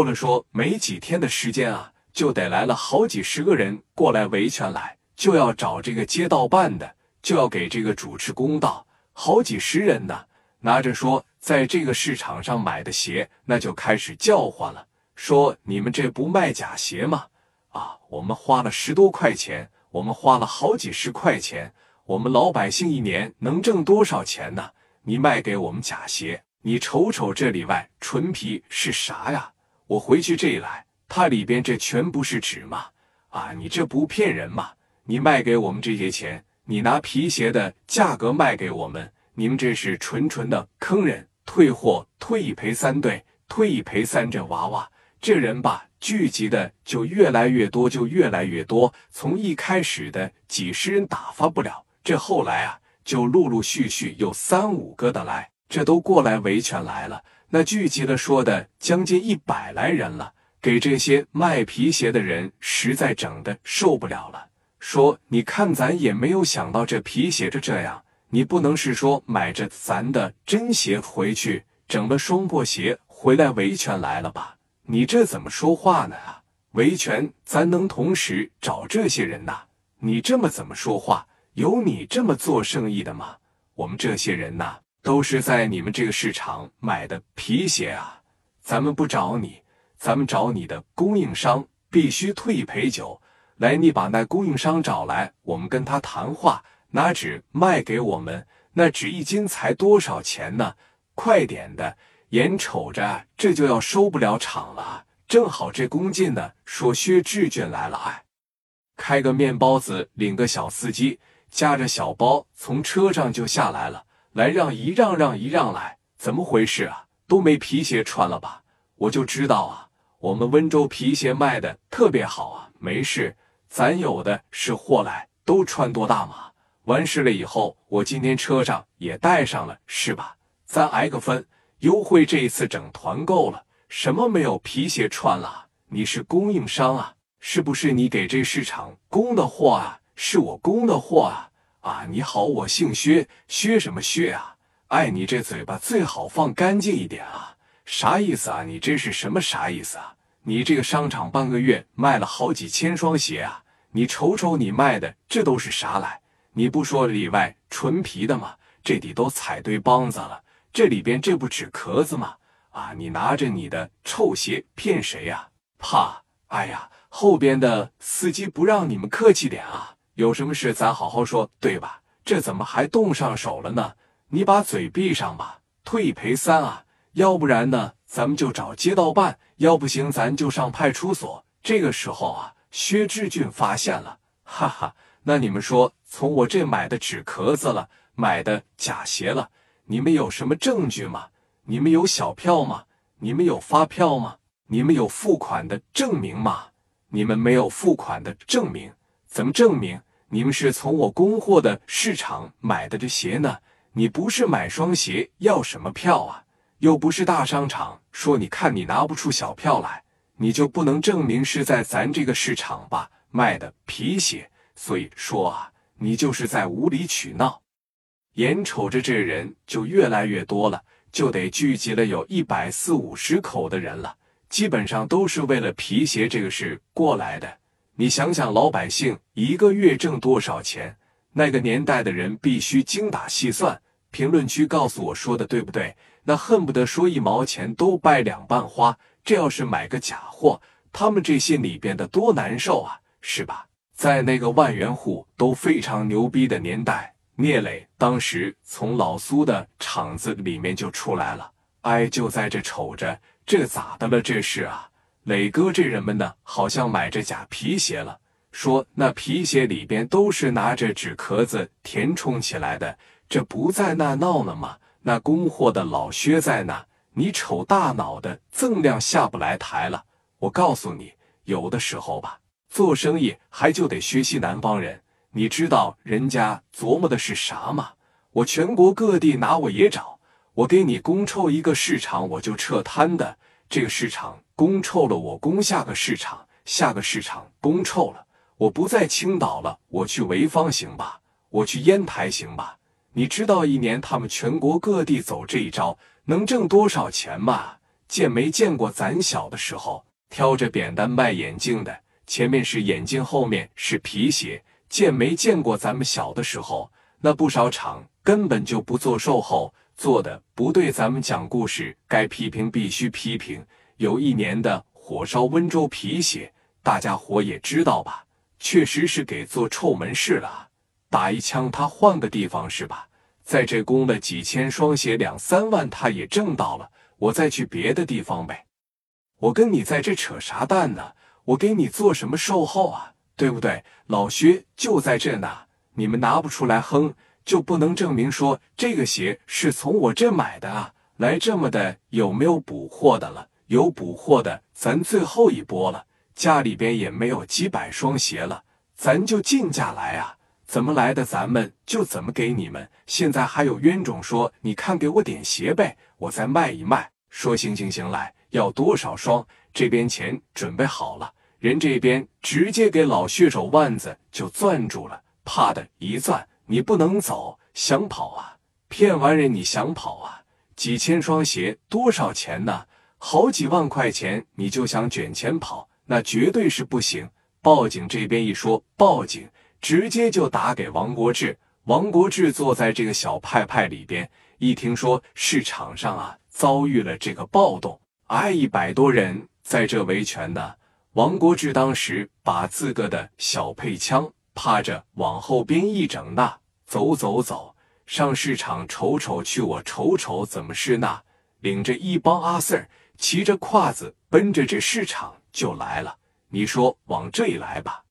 说没几天的时间啊，就得来了好几十个人过来维权来，就要找这个街道办的，就要给这个主持公道。好几十人呢，拿着说在这个市场上买的鞋，那就开始叫唤了，说你们这不卖假鞋吗？啊，我们花了10多块钱，我们花了好几十块钱，我们老百姓一年能挣多少钱呢？你卖给我们假鞋，你瞅瞅这里外纯皮是啥呀？我回去这一来，它里边这全不是纸吗？啊，你这不骗人吗？你卖给我们这些钱，你拿皮鞋的价格卖给我们，你们这是纯的坑人，退货退一赔三，对，退一赔三，这娃娃这人吧，聚集的就越来越多，就越来越多。从一开始的几十人打发不了，这后来啊，就陆陆续续有3、5个的来，这都过来维权来了。那聚集了说的将近100来人了，给这些卖皮鞋的人实在整的受不了了。说你看咱也没有想到这皮鞋这样，你不能是说买着咱的真鞋回去，整了双破鞋回来维权来了吧？你这怎么说话呢啊？维权咱能同时找这些人呐？你这么怎么说话？有你这么做生意的吗？我们这些人呐，都是在你们这个市场买的皮鞋啊，咱们不找你，咱们找你的供应商，必须退赔9。来，你把那供应商找来，我们跟他谈话，拿纸卖给我们，那纸1斤才多少钱呢？快点的，眼瞅着这就要收不了场了，正好这公进呢说薛志俊来了，哎，开个面包子，领个小司机，夹着小包从车上就下来了，来让一让来，怎么回事啊？都没皮鞋穿了吧？我就知道啊，我们温州皮鞋卖的特别好啊，没事，咱有的是货来，都穿多大码。完事了以后，我今天车上也带上了，是吧？咱挨个分，优惠这一次整团购了，什么没有皮鞋穿了？你是供应商啊，是不是你给这市场供的货啊？是我供的货啊！啊，你好，我姓薛，薛什么薛啊？哎，你这嘴巴最好放干净一点啊！啥意思啊？你这是什么啥意思啊？你这个商场半个月卖了好几千双鞋啊！你瞅瞅你卖的这都是啥来？你不说里外纯皮的吗？这底都踩对帮子了，这里边这不纸壳子吗？啊，你拿着你的臭鞋骗谁呀？怕！哎呀，后边的司机不让你们客气点啊！有什么事咱好好说，对吧？这怎么还动上手了呢？你把嘴闭上吧，退赔3啊！要不然呢，咱们就找街道办，要不行咱就上派出所。这个时候啊，薛志俊发现了，哈哈，那你们说，从我这买的纸壳子了，买的假鞋了，你们有什么证据吗？你们有小票吗？你们有发票吗？你们有付款的证明吗？你们没有付款的证明，怎么证明你们是从我供货的市场买的这鞋呢？你不是买双鞋要什么票啊？又不是大商场，说你看你拿不出小票来，你就不能证明是在咱这个市场吧卖的皮鞋。所以说啊，你就是在无理取闹。眼瞅着这人就越来越多了，就得聚集了有140、50口的人了，基本上都是为了皮鞋这个事过来的。你想想老百姓一个月挣多少钱，那个年代的人必须精打细算。评论区告诉我说的对不对？那恨不得说1毛钱都掰2瓣花，这要是买个假货，他们这些里边的多难受啊，是吧？在那个万元户都非常牛逼的年代，聂磊当时从老苏的厂子里面就出来了，哎，就在这瞅着，这咋的了这是啊？磊哥这人们呢，好像买着假皮鞋了，说那皮鞋里边都是拿着纸壳子填充起来的，这不在那闹呢吗？那供货的老薛在那，你瞅大脑的锃亮下不来台了。我告诉你，有的时候吧，做生意还就得学习南方人。你知道人家琢磨的是啥吗？我全国各地拿我也找，我给你供臭一个市场我就撤摊的，这个市场供臭了我供下个市场，下个市场供臭了，我不在青岛了，我去潍坊行吧？我去烟台行吧？你知道一年他们全国各地走这一招能挣多少钱吗？ 见没见过咱小的时候挑着扁担卖眼镜的，前面是眼镜，后面是皮鞋？见没见过咱们小的时候，那不少厂根本就不做售后，做的不对。咱们讲故事该批评必须批评。有一年的火烧温州皮鞋，大家伙也知道吧？确实是给做臭门市了，打一枪他换个地方是吧？在这供了几千双鞋，2、3万他也挣到了，我再去别的地方呗。我跟你在这扯啥蛋呢？我给你做什么售后啊？对不对？老薛就在这呢，你们拿不出来哼，就不能证明说这个鞋是从我这买的啊？来这么的，有没有补货的了？有补货的，咱最后一波了，家里边也没有几百双鞋了，咱就进价来啊！怎么来的咱们就怎么给你们。现在还有冤种说，你看给我点鞋呗，我再卖一卖。说行行行，来，要多少双？这边钱准备好了，人这边直接给老薛手腕子就攥住了，啪的一攥，你不能走，想跑啊？骗完人你想跑啊？几千双鞋多少钱呢？好几万块钱，你就想卷钱跑，那绝对是不行。报警这边一说报警，直接就打给王国志。王国志坐在这个小派里边，一听说市场上啊遭遇了这个暴动，100多人在这维权呢。王国志当时把自个的小配枪趴着往后边一整，那走，上市场瞅瞅去，我瞅瞅怎么是那，领着一帮阿 Sir，骑着胯子奔着这市场就来了。你说往这里来吧，